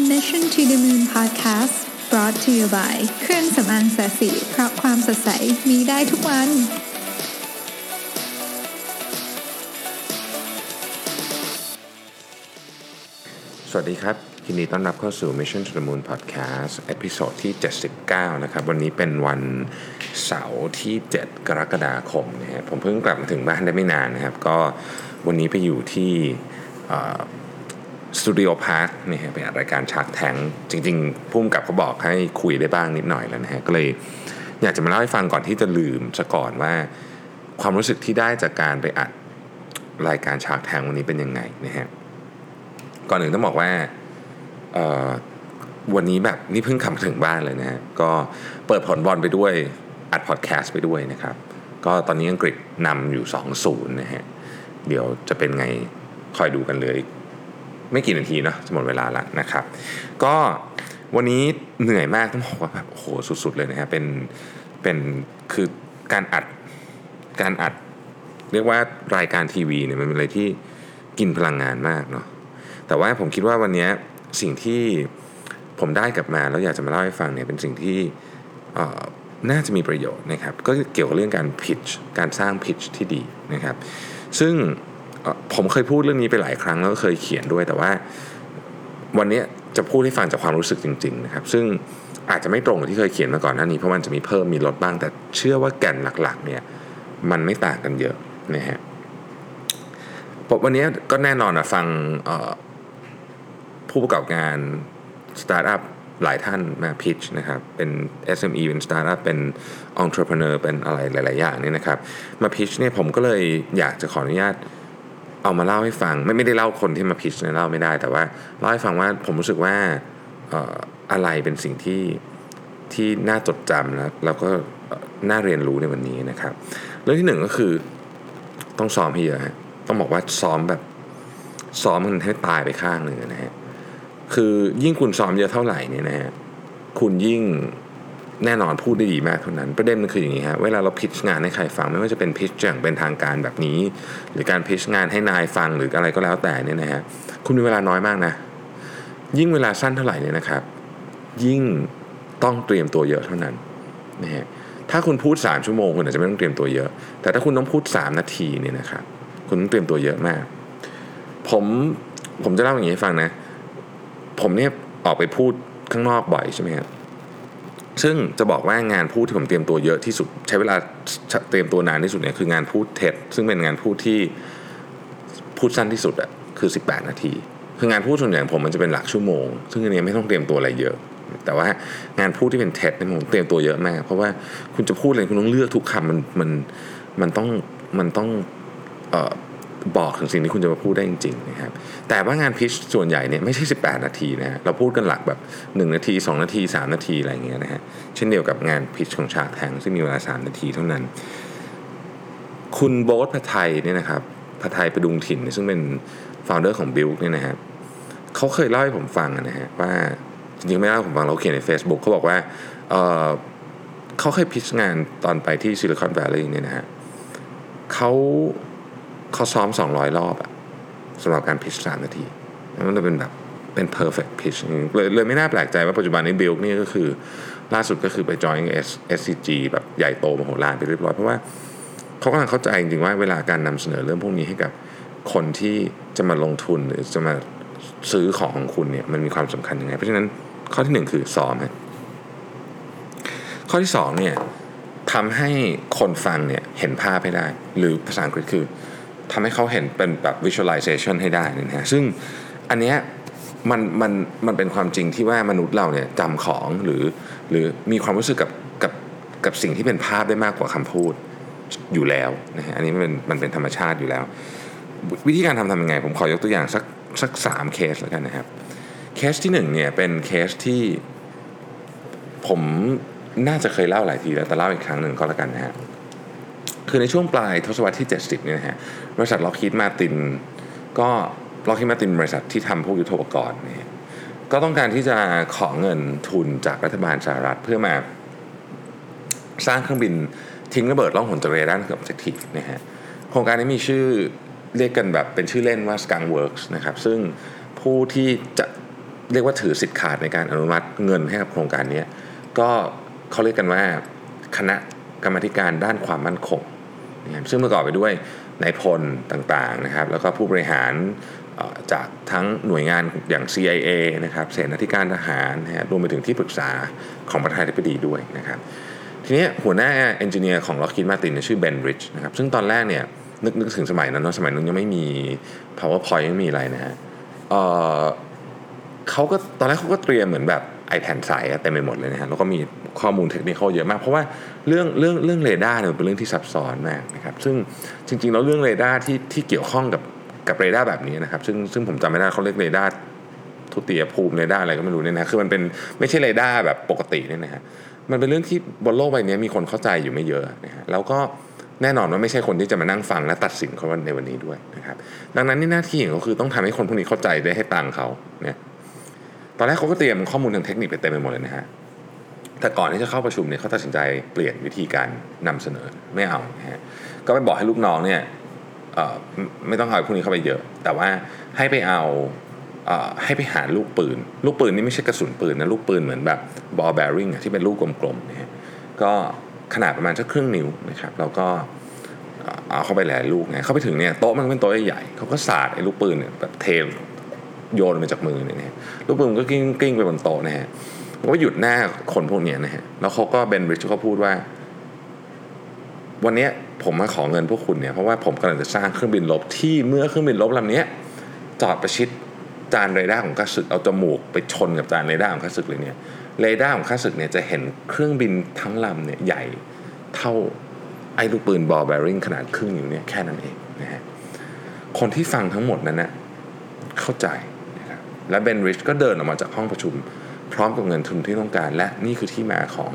Mission to the Moon Podcast brought to you by เครื่องสำอางแสสีเพราะความสดใสมีได้ทุกวันสวัสดีครับยินดีต้อนรับเข้าสู่ Mission to the Moon Podcast เอพิโซดที่79นะครับวันนี้เป็นวันเสาร์ที่7กรกฎาคมนะฮะผมเพิ่งกลับมาถึงบ้านได้ไม่นานนะครับก็วันนี้ไปอยู่ที่สตูดิโอพาร์คนี่ฮะไปอัดรายการ Shark Tank จริงๆผู้กำกับเขาบอกให้คุยได้บ้างนิดหน่อยแล้วนะฮะก็เลยอยากจะมาเล่าให้ฟังก่อนที่จะลืมซะก่อนว่าความรู้สึกที่ได้จากการไปอัดรายการ Shark Tank วันนี้เป็นยังไงนะฮะก่อนอื่นต้องบอกว่าวันนี้แบบนี่เพิ่งขับถึงบ้านเลยนะฮะก็เปิดผลบอลไปด้วยอัดพอดแคสต์ไปด้วยนะครับก็ตอนนี้อังกฤษนำอยู่ 2-0 นะฮะเดี๋ยวจะเป็นไงคอยดูกันเลยไม่กี่นาทีเนาะจะหมดเวลาแล้วนะครับก็วันนี้เหนื่อยมากต้องบอกว่าแบบโอ้โหสุดๆเลยนะฮะเป็นคือการอัดเรียกว่ารายการทีวีเนี่ยมันเป็นอะไรที่กินพลังงานมากเนาะแต่ว่าผมคิดว่าวันนี้สิ่งที่ผมได้กลับมาแล้วอยากจะมาเล่าให้ฟังเนี่ยเป็นสิ่งที่น่าจะมีประโยชน์นะครับก็เกี่ยวกับเรื่องการพิชการสร้างพิชที่ดีนะครับซึ่งผมเคยพูดเรื่องนี้ไปหลายครั้งแล้วก็เคยเขียนด้วยแต่ว่าวันนี้จะพูดให้ฟังจากความรู้สึกจริงๆนะครับซึ่งอาจจะไม่ตรงกับที่เคยเขียนมาก่อนหน้านี้เพราะมันจะมีเพิ่มมีลดบ้างแต่เชื่อว่าแก่นหลักๆเนี่ยมันไม่ต่างกันเยอะนะฮะวันนี้ก็แน่นอนฟังผู้ประกอบการสตาร์ทอัพหลายท่านมาพิชนะครับเป็น SME เป็นสตาร์ทอัพเป็น entrepreneur เป็นอะไรหลายๆอย่างนี่นะครับมาพิชเนี่ยผมก็เลยอยากจะขออนุญาตเอามาเล่าให้ฟังไม่ได้เล่าคนที่มาพิชเนี่ยเล่าไม่ได้แต่ว่าเล่าให้ฟังว่าผมรู้สึกว่าอะไรเป็นสิ่งที่น่าจดจำแล้วก็น่าเรียนรู้ในวันนี้นะครับเรื่องที่หนึ่งก็คือต้องซ้อมให้เยอะต้องบอกว่าซ้อมมันให้ตายไปข้างหนึ่งนะฮะคือยิ่งคุณซ้อมเยอะเท่าไหร่เนี่ยนะฮะคุณยิ่งแน่นอนพูดได้ดีมากเท่านั้นประเด็นมันคืออย่างนี้ฮะเวลาเราพิชงานให้ใครฟังไม่ว่าจะเป็นพิชอย่างเป็นทางการแบบนี้หรือการพิชงานให้นายฟังหรืออะไรก็แล้วแต่เนี่ยนะฮะคุณมีเวลาน้อยมากนะยิ่งเวลาสั้นเท่าไหร่เนี่ยนะครับยิ่งต้องเตรียมตัวเยอะเท่านั้นนะฮะถ้าคุณพูด3ชั่วโมงคุณอาจจะไม่ต้องเตรียมตัวเยอะแต่ถ้าคุณต้องพูด3นาทีเนี่ยนะครับคุณต้องเตรียมตัวเยอะมากผมจะเล่าอย่างนี้ให้ฟังนะผมเนี่ยออกไปพูดข้างนอกบ่อยใช่ไหมครับซึ่งจะบอกว่างานพูดที่ผมเตรียมตัวเยอะที่สุดใช้เวลาเตรียมตัวนานที่สุดเนี่ยคืองานพูดเท็ดซึ่งเป็นงานพูดที่พูดสั้นที่สุดอะคือ18นาทีคืองานพูดส่วนใหญ่ผมมันจะเป็นหลักชั่วโมงซึ่งอันนี้ไม่ต้องเตรียมตัวอะไรเยอะแต่ว่างานพูดที่เป็นเท็ดเนี่ยผมเตรียมตัวเยอะมากเพราะว่าคุณจะพูดอะไรคุณต้องเลือกทุกคำมันต้องบอกถึงสิ่งที่คุณจะมาพูดได้จริงๆนะครับแต่ว่างานพิชส่วนใหญ่เนี่ยไม่ใช่18นาทีนะเราพูดกันหลักแบบ1นาที2นาที3นาทีอะไรอย่างเงี้ยนะฮะเช่นเดียวกับงานพิชของShark Tankซึ่งมีเวลา3นาทีเท่านั้นคุณโบ๊ทภัทไทยเนี่ยนะครับภัทไทยประดุงถิ่นซึ่งเป็น founder ของ Build เนี่ยนะฮะเขาเคยเล่าให้ผมฟังนะฮะว่าจริงๆไม่เล่าให้ผมฟังเราเขียนใน Facebook เขาบอกว่าเขาเคยพิชงานตอนไปที่ Silicon Valley เนี่ยนะฮะเขาซ้อม200รอบอะสำหรับการพิช3นาทีมันจะเป็นแบบเป็น perfect pitch เลยไม่น่าแปลกใจว่าปัจจุบันนี้ Build นี่ก็คือล่าสุดก็คือไป join SCG แบบใหญ่โตมโหฬารไปเรียบร้อยเพราะว่าเขากำลังเข้าใจจริงๆว่าเวลาการนำเสนอเรื่องพวกนี้ให้กับคนที่จะมาลงทุนหรือจะมาซื้อของของคุณเนี่ยมันมีความสำคัญยังไงเพราะฉะนั้นข้อที่1คือซ้อมฮะข้อที่2เนี่ยทำให้คนฟังเนี่ยเห็นภาพให้ได้หรือภาษาอังกฤษคือทำให้เขาเห็นเป็นแบบ visualization ให้ได้นะฮะซึ่งอันเนี้ยมันเป็นความจริงที่ว่ามนุษย์เราเนี่ยจำของหรือมีความรู้สึกกับสิ่งที่เป็นภาพได้มากกว่าคำพูดอยู่แล้วนะฮะอันนี้มันเป็นธรรมชาติอยู่แล้ววิธีการทำยังไงผมขอยกตัวอย่างสัก3เคสแล้วกันนะครับเคสที่1เนี่ยเป็นเคสที่ผมน่าจะเคยเล่าหลายทีแล้วแต่เล่าอีกครั้งหนึ่งก็แล้วกันนะฮะคือในช่วงปลายทศวรรษที่70เนี่ยนะฮะบริษัทล็อกฮีดมาร์ตินก็ล็อกฮีดมาร์ตินบริษัทที่ทำพวกยุทโธปกรณ์เนี่ยก็ต้องการที่จะขอเงินทุนจากรัฐบาลสหรัฐเพื่อมาสร้างเครื่องบินทิ้งระเบิดล่องหนจรวดด้านเกือบเศรษฐีนะฮะโครงการนี้มีชื่อเรียกกันแบบเป็นชื่อเล่นว่า Skunk Works นะครับซึ่งผู้ที่จะเรียกว่าถือสิทธิ์ขาดในการอนุมัติเงินให้กับโครงการนี้ก็เขาเรียกกันว่าคณะกรรมาธิการด้านความมั่นคงนะครับซึ่งประกอบไปด้วยนายพลต่างๆนะครับแล้วก็ผู้บริหารจากทั้งหน่วยงานอย่าง CIA นะครับเสนาธิการทหารนะฮะรวมไปถึงที่ปรึกษาของประธานาธิบดีด้วยนะครับทีนี้หัวหน้าเอนจิเนียร์ของ Lockheed Martin เนี่ยชื่อเบนริชนะครับซึ่งตอนแรกเนี่ยนึกถึงสมัยนั้นเนาะสมัยนั้นยังไม่มี PowerPoint ยังไม่มีอะไรนะฮะเขาก็ตอนแรกเขาก็เตรียมเหมือนแบบ iPad ใสเต็มไปหมดเลยนะฮะแล้วก็มีข้อมูลเทคนิคเยอะมากเพราะว่าเรื่องเรดาร์เนี่ยเป็นเรื่องที่ซับซ้อนมากนะครับซึ่งจริงๆแล้วเรื่องเรดาร์ที่เกี่ยวข้องกับเรดาร์แบบนี้นะครับซึ่งผมจำไม่ได้เขาเรียกเรดาร์ทุติยภูมิเรดาร์อะไรก็ไม่รู้เนี่ยนะคือมันเป็นไม่ใช่เรดาร์แบบปกติเนี่ยนะฮะมันเป็นเรื่องที่บนโลกใบนี้มีคนเข้าใจอยู่ไม่เยอะนะฮะแล้วก็แน่นอนว่าไม่ใช่คนที่จะมานั่งฟังและตัดสินเขาในวันนี้ด้วยนะครับดังนั้นนี่หน้าที่ของเขาคือต้องทำให้คนพวกนี้เข้าใจได้ให้ตังเขาเนี่ยตอนแรกเขาก็เตรียมข้อมูลทางเทคนิคไปเต็มไปหมดเลยนะฮะแต่ก่อนที่จะเข้าประชุมเนี่ยเขาตัดสินใจเปลี่ยนวิธีการนำเสนอไม่เอานะฮะก็ไปบอกให้ลูกน้องเนี่ยไม่ต้องเอาพวกนี้เข้าไปเยอะแต่ว่าให้ไปหาลูกปืนนี่ไม่ใช่กระสุนปืนนะลูกปืนเหมือนแบบบอลแบริ่งที่เป็นลูกกลมๆนะฮะก็ขนาดประมาณสักครึ่งนิ้วนะครับแล้วก็เอาเข้าไปหลายลูกนะเข้าไปถึงเนี่ยโต๊ะมันก็เป็นโต๊ะใหญ่ๆเขาก็สาดไอ้ลูกปืนเนี่ยแบบเทโยนมาจากมือเนี่ยนะลูกปืนก็กลิ้งไปบนโต๊ะนะฮะก็หยุดหน้าคนพวกนี้นะฮะแล้วเขาก็เบนริชเขาพูดว่าวันนี้ผมมาขอเงินพวกคุณเนี่ยเพราะว่าผมกำลังจะสร้างเครื่องบินรบที่เมื่อเครื่องบินรบลำนี้จอดประชิดจานเรดาร์ของข้าศึกเอาจมูกไปชนกับจานเรดาร์ของข้าศึกเลยเนี่ยเรดาร์ของข้าศึกเนี่ยจะเห็นเครื่องบินทั้งลำเนี่ยใหญ่เท่าไอ้ลูกปืนบอลแบริ่งขนาดครึ่งนิ้วเนี่ยแค่นั้นเองนะฮะคนที่ฟังทั้งหมดนั้นนะเข้าใจนะครับและเบนริชก็เดินออกมาจากห้องประชุมพร้อมกับเงินทุนที่ต้องการและนี่คือที่มาของ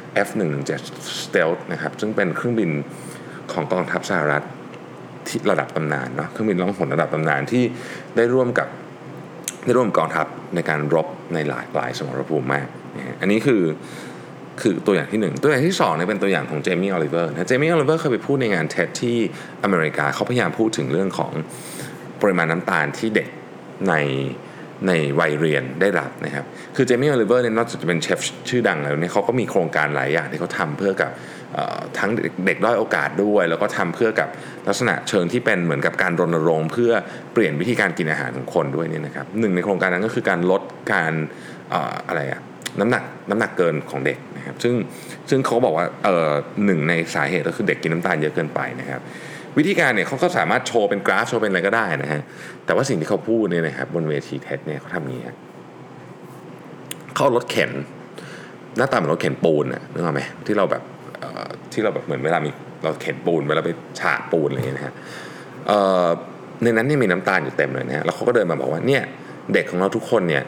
F117 Stealth นะครับซึ่งเป็นเครื่องบินของกองทัพสหรัฐที่ระดับตำนานเนาะเครื่องบินล่องหนระดับตำนานที่ได้ร่วมกองทัพในการรบในหลายสมรภูมิมากอันนี้คือตัวอย่างที่1ตัวอย่างที่2เนี่ยเป็นตัวอย่างของเจมี่ออลิเวอร์นะเจมี่ออลิเวอร์เคยไปพูดในงาน TED ที่อเมริกาเขาพยายามพูดถึงเรื่องของปริมาณน้ำตาลที่เด็กในวัยเรียนได้รับนะครับคือเจมี่ออลิเวอร์เนี่ยนอกจากจะเป็นเชฟชื่อดังแล้วเนี่ยเขาก็มีโครงการหลายอย่างที่เขาทำเพื่อกับทั้งเด็กด้อยโอกาสด้วยแล้วก็ทำเพื่อกับลักษณะเชิงที่เป็นเหมือนกับการรณรงค์เพื่อเปลี่ยนวิธีการกินอาหารของคนด้วยเนี่ยนะครับหนึ่งในโครงการนั้นก็คือการลดการน้ำหนักเกินของเด็กนะครับซึ่งเขาบอกว่าหนึ่งในสาเหตุก็คือเด็กกินน้ำตาลเยอะเกินไปนะครับวิธีการเนี่ยเขาก็สามารถโชว์เป็นกราฟโชว์เป็นอะไรก็ได้นะฮะแต่ว่าสิ่งที่เขาพูดเนี่ยนะครับบนเวทีเท็ดเนี่ยเขาทำอย่างนี้เขารถเข็นหน้าตาเหมือนรถเข็นปูนนึกออกไหมที่เราแบบเหมือนเวลาเราเข็นปูนเวลาไปฉาบปูนอะไรอย่างเงี้ยนะฮะในนั้นนี่มีน้ำตาลอยู่เต็มเลยนะฮะแล้วเขาก็เดินมาบอกว่าเนี่ยเด็กของเราทุกคนเนี่ย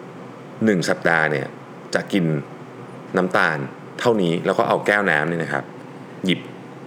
1 สัปดาห์เนี่ยจะกินน้ำตาลเท่านี้แล้วก็เอาแก้วน้ำนี่นะครับหยิบ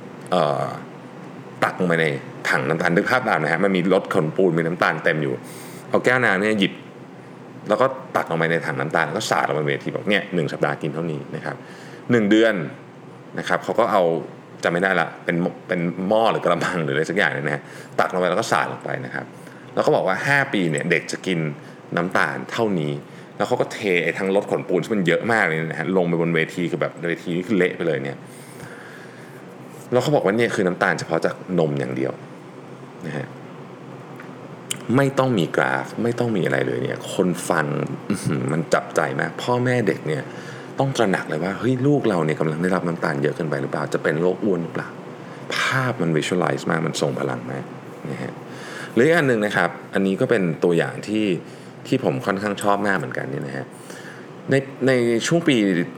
ตักลงไปในถังน้ำตาลนึกภาพตามนะฮะมันมีรถขนปูนมีน้ำตาลเต็มอยู่เอาแก้วน้ำเนี่ยหยิบแล้วก็ตักลงไปในถังน้ำตาลแล้วก็สาดลงไปเวทีบอกเนี่ย1 สัปดาห์กินเท่านี้นะครับ1 เดือนนะครับเขาก็เอาจำไม่ได้ละเป็นหม้อหรือกระมังหรืออะไรสักอย่างเนี่ยนะฮะตักลงไปแล้วก็สาดลงไปนะครับแล้วก็บอกว่า5 ปีเนี่ยเด็กจะกินน้ำตาลเท่านี้แล้วเขาก็เททั้งรถขนปูนที่มันเยอะมากเลยนะฮะลงไปบนเวทีคือแบบเวทีนี่คือเละไปเลยเนี่ยแล้วเขาบอกว่าเนี่ยคือน้ำตาลเฉพาะจากนมอย่างเดียวนะฮะไม่ต้องมีกราฟไม่ต้องมีอะไรเลยเนี่ยคนฟังมันจับใจมากพ่อแม่เด็กเนี่ยต้องตระหนักเลยว่าเฮ้ยลูกเราเนี่ยกำลังได้รับน้ำตาลเยอะเกินไปหรือเปล่าจะเป็นโรคอ้วนหรือเปล่าภาพมัน visualize มากมันส่งพลังมากนะฮะหรืออีกอันนึงนะครับอันนี้ก็เป็นตัวอย่างที่ผมค่อนข้างชอบมากเหมือนกันเนี่ยนะฮะในช่วงปี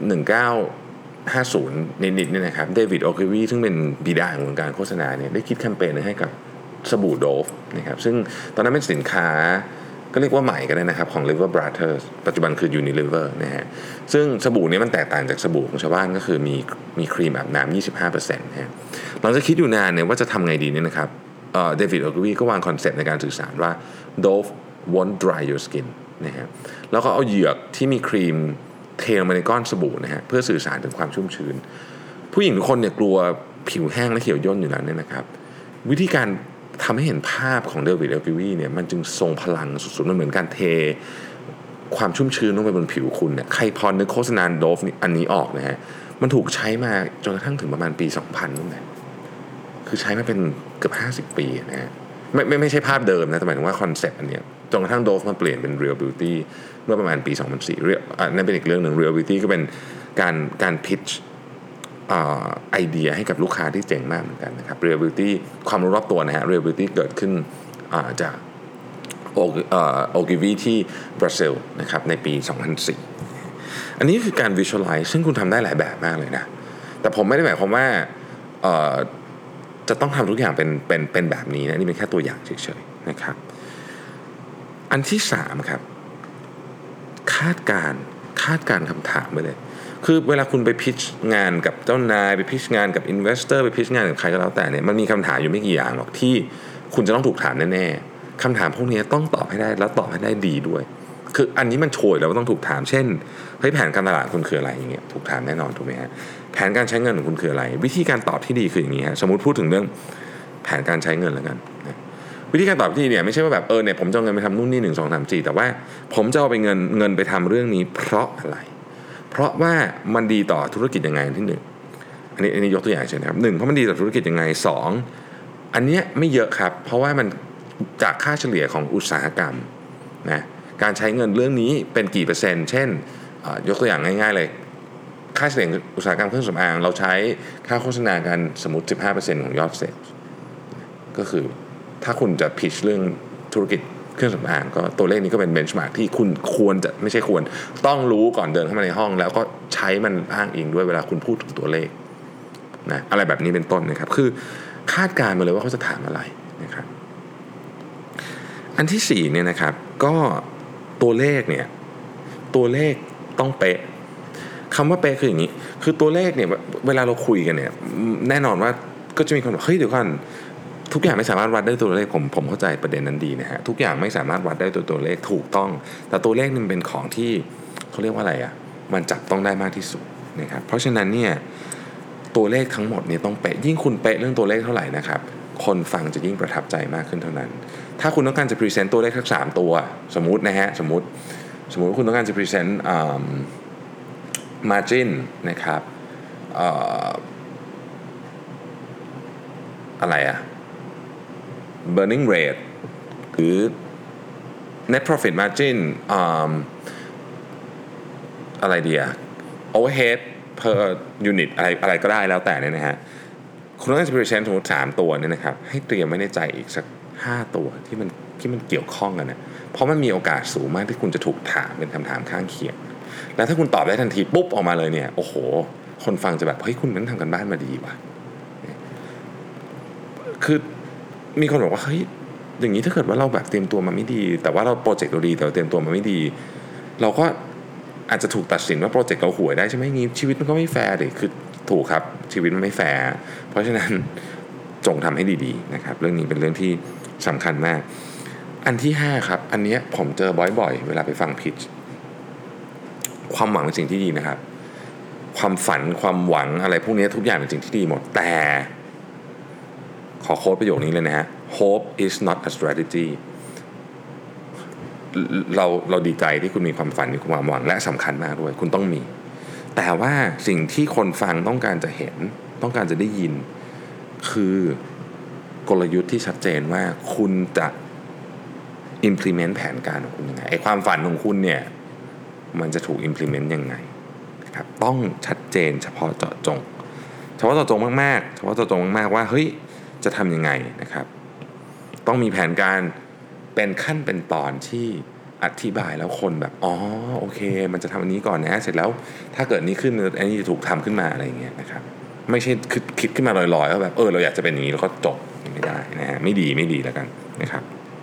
1950นิดๆเนี่ยนะครับเดวิดโอคิวีซึ่งเป็นบิดาของวงการโฆษณาเนี่ยได้คิดแคมเปญให้กับสบู่โดฟนะครับซึ่งตอนนั้นเป็นสินค้าก็เรียกว่าใหม่กันเลยนะครับของ Liver Brothers ปัจจุบันคือ Unilever นะฮะซึ่งสบู่นี้มันแตกต่างจากสบู่ของชาวบ้านก็คือมีครีมอาบน้ำ 25% นะฮะหลังจากคิดอยู่นานเนี่ยว่าจะทำไงดีเนี่ยนะครับเดวิดโอคิวีก็วางคอนเซ็ปต์ในการสื่อสารว่า Dove won't dry your skin นะฮะแล้วก็เอาเหยือกที่มีครีมเทลงไปในก้อนสบู่นะฮะเพื่อสื่อสารถึงความชุ่มชื้นผู้หญิงทุกคนเนี่ยกลัวผิวแห้งและเหี่ยวย่นอยู่แล้วเนี่ยนะครับวิธีการทำให้เห็นภาพของเดวิดโอคิวีเนี่ยมันจึงทรงพลังสุดๆมันเหมือนการเทความชุ่มชื้นลงไปบนผิวคุณเนี่ยใครพอนึกโฆษณาโดฟอันนี้ออกนะฮะมันถูกใช้มาจนกระทั่งถึงประมาณปี 2000นั่นแหละคือใช้มาเป็นเกือบ50 ปีนะฮะไม่ใช่ภาพเดิมนะแต่หมายถึงว่าคอนเซ็ปต์อันเนี้ยจนกระทั่งโดฟมาเปลี่ยนเป็น Real Beauty เมื่อประมาณปี 2004นั่นเป็นอีกเรื่องหนึ่ง Real Beauty ก็เป็นการพิชไอเดียให้กับลูกค้าที่เจ๋งมากเหมือนกันนะครับ Real Beauty ความรู้รอบตัวนะฮะ Real Beauty เกิดขึ้นจากโอกิวีที่บราซิลนะครับในปี 2004 อันนี้คือการ visualize ซึ่งคุณทำได้หลายแบบมากเลยนะแต่ผมไม่ได้หมายความว่าจะต้องทำทุกอย่างเป็นแบบนี้นะนี่เป็นแค่ตัวอย่างเฉยๆนะครับอันที่3ครับคาดการคำถามไปเลยคือเวลาคุณไปพิชงานกับเจ้านายไปพิชงานกับอินเวสเตอร์ไปพิชงานกับใครก็แล้วแต่เนี่ยมันมีคำถามอยู่ไม่กี่อย่างหรอกที่คุณจะต้องถูกถามแน่ๆคำถามพวกนี้ต้องตอบให้ได้แล้วตอบให้ได้ดีด้วยคืออันนี้มันโชยแล้วว่าต้องถูกถามเช่นเฮ้ยแผนการตลาดคุณคืออะไรอย่างเงี้ยถูกถามแน่นอนถูกไหมฮะแผนการใช้เงินของคุณคืออะไรวิธีการตอบที่ดีคืออย่างนี้ฮะสมมุติพูดถึงเรื่องแผนการใช้เงินแล้วกันวิธีการตอบที่ดีเนี่ยไม่ใช่ว่าแบบเนี่ยผมจะเอาเงินไปทำนู่นนี่1 2 3 4แต่ว่าผมจะเอาไปเงินไปทำเรื่องนี้เพราะอะไรเพราะว่ามันดีต่อธุรกิจยังไงที่1อันนี้ยกตัวอย่างเช่นนะครับ1เพราะมันดีต่อธุรกิจยังไง2อันเนี้ยไม่เยอะครับเพราะว่ามันจากค่าเฉลี่ยของอุตสาหกรรมนะการใช้เงินเรื่องนี้เป็นกี่เปอร์เซ็นต์เช่นยกตัวอย่างง่ายๆเลยค่าเฉลี่ยอุตสาหกรรมเครื่องสำอางเราใช้ค่าโฆษณากันสมมุติ 15% ของยอดเซลล์ก็คือถ้าคุณจะพิชเรื่องธุรกิจเครื่องสำอางก็ตัวเลขนี้ก็เป็นเบนช์มาร์กที่คุณควรจะไม่ใช่ควรต้องรู้ก่อนเดินเข้ามาในห้องแล้วก็ใช้มันอ้างอิงด้วยเวลาคุณพูดถึงตัวเลขนะอะไรแบบนี้เป็นต้นนะครับคือคาดการณ์มาเลยว่าเขาจะถามอะไรนะครับอันที่4เนี่ยนะครับก็ตัวเลขเนี่ยตัวเลขต้องเป๊ะคำว่าเป๊ะคืออย่างนี้คือตัวเลขเนี่ยเวลาเราคุยกันเนี่ยแน่นอนว่าก็จะมีคนบอกเฮ้ยเดี๋ยวก่อนทุกอย่างไม่สามารถวัดได้ตัวเลขผมเข้าใจประเด็นนั้นดีนะฮะทุกอย่างไม่สามารถวัดได้ตัวเลขถูกต้องแต่ตัวเลขนี่เป็นของที่เขาเรียกว่าอะไรอ่ะมันจับต้องได้มากที่สุดนะครับเพราะฉะนั้นเนี่ยตัวเลขทั้งหมดเนี่ยต้องเป๊ะยิ่งคุณเป๊ะเรื่องตัวเลขเท่าไหร่นะครับคนฟังจะยิ่งประทับใจมากขึ้นเท่านั้นถ้าคุณต้องการจะพรีเซนต์ตัวเลขทั้ง3ตัวสมมุตินะฮะสมมุติว่าคุณต้องการจะพรีเซนต์margin นะครับอะไรอะburning rate หรือ net profit margin อะไรดีอะ overhead per unit อะไรก็ได้แล้วแต่เนี่ยนะฮะคุณต้องจะ present สมมติ3ตัวเนี่ยนะครับให้เตรียมไว้ในใจอีกสัก5ตัวที่มันเกี่ยวข้องกันนะเพราะมันมีโอกาสสูงมากที่คุณจะถูกถามเป็นคำถามข้างเคียงแล้วถ้าคุณตอบได้ทันทีปุ๊บออกมาเลยเนี่ยโอ้โหคนฟังจะแบบเฮ้ยคุณนั้นทำกันบ้านมาดีว่ะคือมีคนบอกว่าเฮ้ยอย่างนี้ถ้าเกิดว่าเราแบบเตรียมตัวมาไม่ดีแต่ว่าเราโปรเจกต์เราดีแต่เราเตรียมตัวมาไม่ดีเราก็อาจจะถูกตัดสินว่าโปรเจกต์เราห่วยได้ใช่ไหมงี้ชีวิตมันก็ไม่แฟร์ดิคือถูกครับชีวิตมันไม่แฟร์เพราะฉะนั้นจงทำให้ดีๆนะครับเรื่องนี้เป็นเรื่องที่สำคัญมากอันที่5ครับอันนี้ผมเจอบ่อยๆเวลาไปฟังพิชความหวังเป็นสิ่งที่ดีนะครับความฝันความหวังอะไรพวกนี้ทุกอย่างเป็นสิ่งที่ดีหมดแต่ขอโค้ดประโยคนี้เลยนะฮะ Hope is not a strategy เราดีใจที่คุณมีความฝันมีความหวังและสำคัญมากด้วยคุณต้องมีแต่ว่าสิ่งที่คนฟังต้องการจะเห็นต้องการจะได้ยินคือกลยุทธ์ที่ชัดเจนว่าคุณจะ implement แผนการของคุณยังไงไอ้ความฝันของคุณเนี่ยมันจะถูก implement ยังไงนะครับต้องชัดเจนเฉพาะเจาะจงมากๆเฉพาะเจาะจงมากๆว่าเฮ้ยจะทำยังไงนะครับต้องมีแผนการเป็นขั้นเป็นตอนที่อธิบายแล้วคนแบบอ๋อโอเคมันจะทำอันนี้ก่อนนะเสร็จแล้วถ้าเกิดนี้ขึ้นอันนี้จะถูกทำขึ้นมาอะไรอย่างเงี้ยนะครับไม่ใช่คิดขึ้นมาลอยๆว่าแบบเราอยากจะเป็นอย่างนี้แล้วก็จบไม่ได้นะฮะไม่ดีแล้วกันนะครับ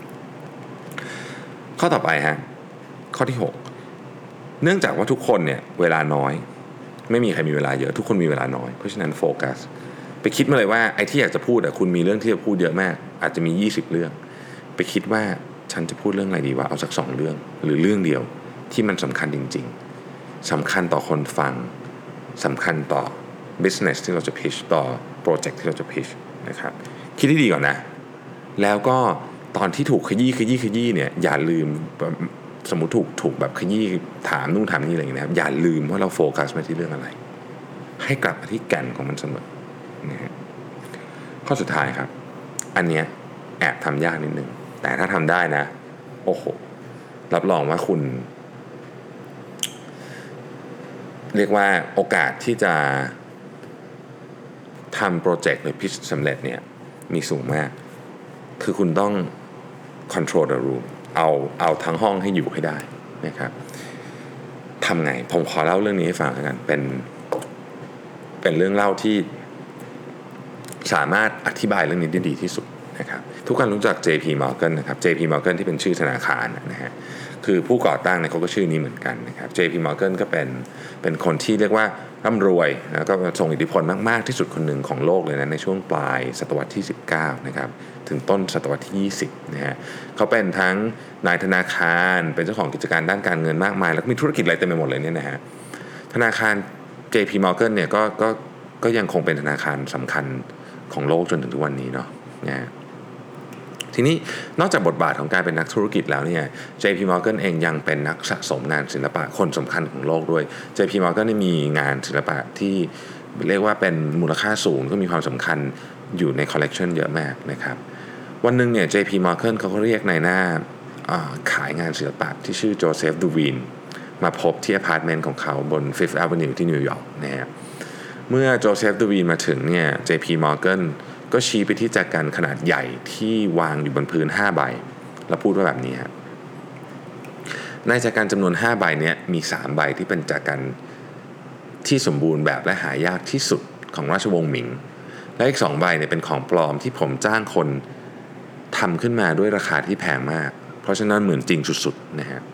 ข้อต่อไปฮะข้อที่6เนื่องจากว่าทุกคนเนี่ยเวลาน้อยไม่มีใครมีเวลาเยอะทุกคนมีเวลาน้อยเพราะฉะนั้นโฟกัสไปคิดมาเลยว่าไอ้ที่อยากจะพูดคุณมีเรื่องที่จะพูดเยอะมากอาจจะมี20เรื่องไปคิดว่าฉันจะพูดเรื่องอะไรดีวะเอาสัก2เรื่องหรือเรื่องเดียวที่มันสำคัญจริงๆสำคัญต่อคนฟังสำคัญต่อ business ที่เราจะ pitch ต่อ project ที่เราจะ pitch นะครับคิดให้ดีก่อนนะแล้วก็ตอนที่ถูกขยี้เนี่ยอย่าลืมสมมุติถูกแบบขยี้ถามนู่นถามนี่อะไรอย่างเงี้ยนะครับอย่าลืมว่าเราโฟกัสมาที่เรื่องอะไรให้กลับมาที่แก่นของมันเสมอนะฮะข้อสุดท้ายครับอันเนี้ยแอบทำยากนิดนึงแต่ถ้าทำได้นะโอ้โหรับรองว่าคุณเรียกว่าโอกาสที่จะทำโปรเจกต์หรือพิชสำเร็จเนี่ยมีสูงมากคือคุณต้อง control the room เอาทั้งห้องให้อยู่ให้ได้นะครับทำไงผมขอเล่าเรื่องนี้ให้ฟังกันเป็นเรื่องเล่าที่สามารถอธิบายเรื่องนี้ได้ดีที่สุดนะครับทุกคนรู้จัก JP Morgan นะครับ JP Morgan ที่เป็นชื่อธนาคารนะฮะคือผู้ก่อตั้งเนี่ยเขาก็ชื่อนี้เหมือนกันนะครับ JP Morgan ก็เป็นคนที่เรียกว่าร่ำรวยนะก็ทรงอิทธิพลมากๆที่สุดคนหนึ่งของโลกเลยนะในช่วงปลายศตวรรษที่19นะครับถึงต้นศตวรรษที่20นะฮะเขาเป็นทั้งนายธนาคารเป็นเจ้าของกิจการด้านการเงินมากมายแล้วก็มีธุรกิจอะไรเต็มไปหมดเลยเนี่ยนะฮะธนาคาร JP Morgan เนี่ยก็ยังคงเป็นธนาคารสำคัญของโลกจนถึงทุกวันนี้เนาะนะทีนี้นอกจากบทบาทของการเป็นนักธุรกิจแล้วเนี่ย JP Morgan เองยังเป็นนักสะสมงานศิลปะคนสำคัญของโลกด้วย JP Morgan นี่มีงานศิลปะที่เรียกว่าเป็นมูลค่าสูงก็มีความสำคัญอยู่ในคอลเลกชันเยอะมากนะครับวันหนึ่งเนี่ย JP Morgan เขาก็เรียกนายหน้าขายงานศิลปะที่ชื่อโจเซฟดูวีนมาพบที่อพาร์ตเมนต์ของเขาบน Fifth Avenue ที่นิวยอร์กนะฮะเมื่อโจเซฟดูวีนมาถึงเนี่ย JP Morganก็ชี้ไปที่แจกันขนาดใหญ่ที่วางอยู่บนพื้น5ใบแล้วพูดว่าแบบนี้ครับในแจกันจำนวน5ใบนี้มี3ใบที่เป็นแจกันที่สมบูรณ์แบบและหายากที่สุดของราชวงศ์หมิงและอีก2ใบเนี่ยเป็นของปลอมที่ผมจ้างคนทำขึ้นมาด้วยราคาที่แพงมากเพราะฉะนั้นเหมือนจริงสุดๆนะฮะ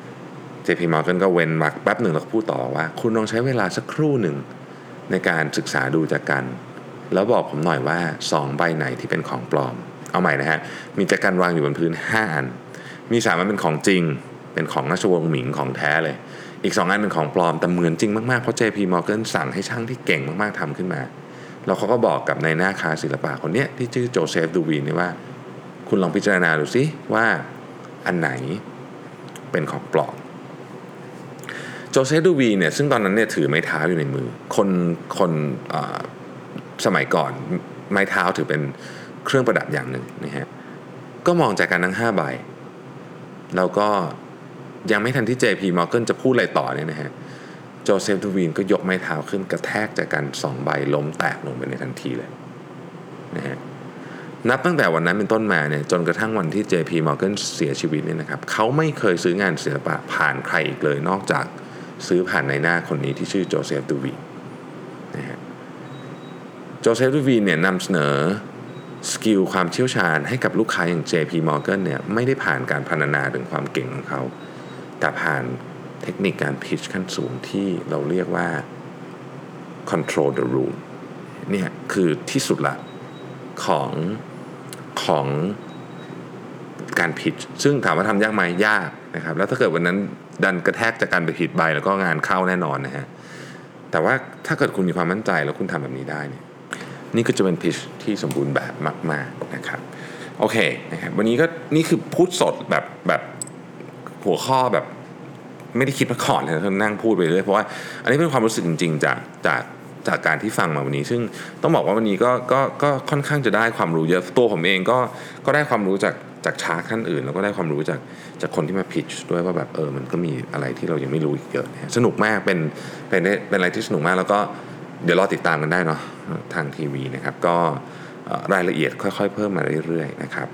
JP Morgan ก็เว้นวรรคแป๊บหนึ่งแล้วก็พูดต่อว่าคุณลองใช้เวลาสักครู่หนึ่งในการศึกษาดูแจกันแล้วบอกผมหน่อยว่า2ใบไหนที่เป็นของปลอมเอาใหม่นะฮะมีแจกันวางอยู่บนพื้น5อันมี3อันเป็นของจริงเป็นของราชวงศ์หมิงของแท้เลยอีก2อันเป็นของปลอมแต่เหมือนจริงมากๆเพราะ JP Morgan สั่งให้ช่างที่เก่งมากๆทำขึ้นมาแล้วเขาก็บอกกับนายหน้าค้าศิลปะคนนี้ที่ชื่อโจเซฟดูวีนนี่ว่าคุณลองพิจารณาดูสิว่าอันไหนเป็นของปลอมโจเซฟดูวีนเนี่ยซึ่งตอนนั้นเนี่ยถือไม้เท้าอยู่ในมือคนสมัยก่อนไม้เท้าถือเป็นเครื่องประดับอย่างหนึ่งนะฮะก็มองจากกันทั้ง5ใบแล้วก็ยังไม่ทันที่ JP Morgan จะพูดอะไรต่อเนี่ยนะฮะโจเซฟดูวีนก็ยกไม้เท้าขึ้นกระแทกจากกัน2ใบล้มแตกลงไปในทันทีเลยนะฮะนับตั้งแต่วันนั้นเป็นต้นมาเนี่ยจนกระทั่งวันที่ JP Morgan เสียชีวิตเนี่ยนะครับเขาไม่เคยซื้องานศิลปะผ่านใครอีกเลยนอกจากซื้อผ่านในหน้าคนนี้ที่ชื่อโจเซฟดูวีนนะฮะโจเซฟดูวีนเนี่ยนำเสนอสกิลความเชี่ยวชาญให้กับลูกค้าอย่าง JP Morgan เนี่ยไม่ได้ผ่านการพรรณนาถึงความเก่งของเขาแต่ผ่านเทคนิคการพิชขั้นสูงที่เราเรียกว่า control the room เนี่ยคือที่สุดละของการพิชซึ่งถามว่าทำยากไหมยากนะครับแล้วถ้าเกิดวันนั้นดันกระแทกจากการไปผิดใบแล้วก็งานเข้าแน่นอนนะฮะแต่ว่าถ้าเกิดคุณมีความมั่นใจแล้วคุณทำแบบนี้ได้เนี่ยนี่ก็จะเป็นพิชที่สมบูรณ์แบบมากๆนะครับโอเคนะครับวันนี้ก็นี่คือพูดสดแบบหัวข้อแบบไม่ได้คิดมาก่อนเลยนั่งพูดไปเรื่อยเพราะว่าอันนี้เป็นความรู้สึกจริงๆจากการที่ฟังมาวันนี้ซึ่งต้องบอกว่าวันนี้ก็ค่อนข้างจะได้ความรู้เยอะตัวผมเองก็ได้ความรู้จากชาร์กท่านอื่นแล้วก็ได้ความรู้จากคนที่มาพิชด้วยว่าแบบมันก็มีอะไรที่เรายังไม่รู้อีกเยอะนะสนุกมากเป็นอะไรที่สนุกมากแล้วก็เดี๋ยวรอติดตามกันได้เนาะทางทีวีนะครับก็รายละเอียดค่อยๆเพิ่มมาเรื่อยๆนะครับ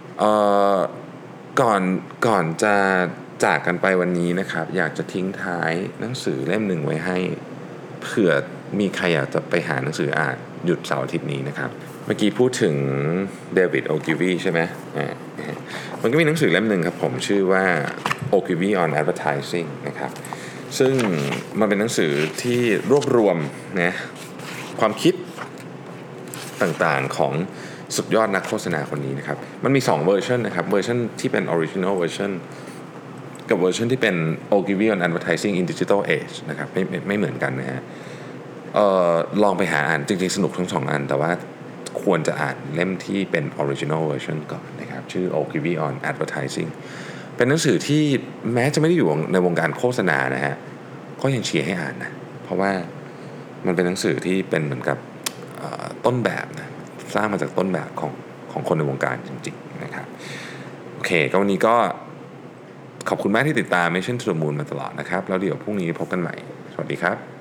ก่อนจะจากกันไปวันนี้นะครับอยากจะทิ้งท้ายหนังสือเล่มหนึ่งไว้ให้เผื่อมีใครอยากจะไปหาหนังสืออ่านหยุดเสาร์อาทิตย์นี้นะครับเมื่อกี้พูดถึงเดวิดโอกิวีใช่ไหมมันก็มีหนังสือเล่มหนึ่งครับผมชื่อว่า Ogilvy on Advertising นะครับซึ่งมันเป็นหนังสือที่รวบรวมนะความคิดต่างๆของสุดยอดนักโฆษณาคนนี้นะครับมันมี2เวอร์ชันนะครับเวอร์ชันที่เป็น original version กับเวอร์ชันที่เป็น Ogilvy on Advertising in Digital Age นะครับไม่เหมือนกันนะฮะลองไปหาอ่านจริงๆสนุกทั้ง2อันแต่ว่าควรจะอ่านเล่มที่เป็น original version ก่อนนะครับชื่อ Ogilvy on Advertising เป็นหนังสือที่แม้จะไม่ได้อยู่ในวงการโฆษณานะฮะก็ยังเชียร์ให้อ่านนะเพราะว่ามันเป็นหนังสือที่เป็นเหมือนกับต้นแบบนะสร้างมาจากต้นแบบของคนในวงการจริงๆนะครับโอเคก็วันนี้ก็ขอบคุณมากที่ติดตาม Mission to the Moon มาตลอดนะครับแล้วเดี๋ยวพรุ่งนี้พบกันใหม่สวัสดีครับ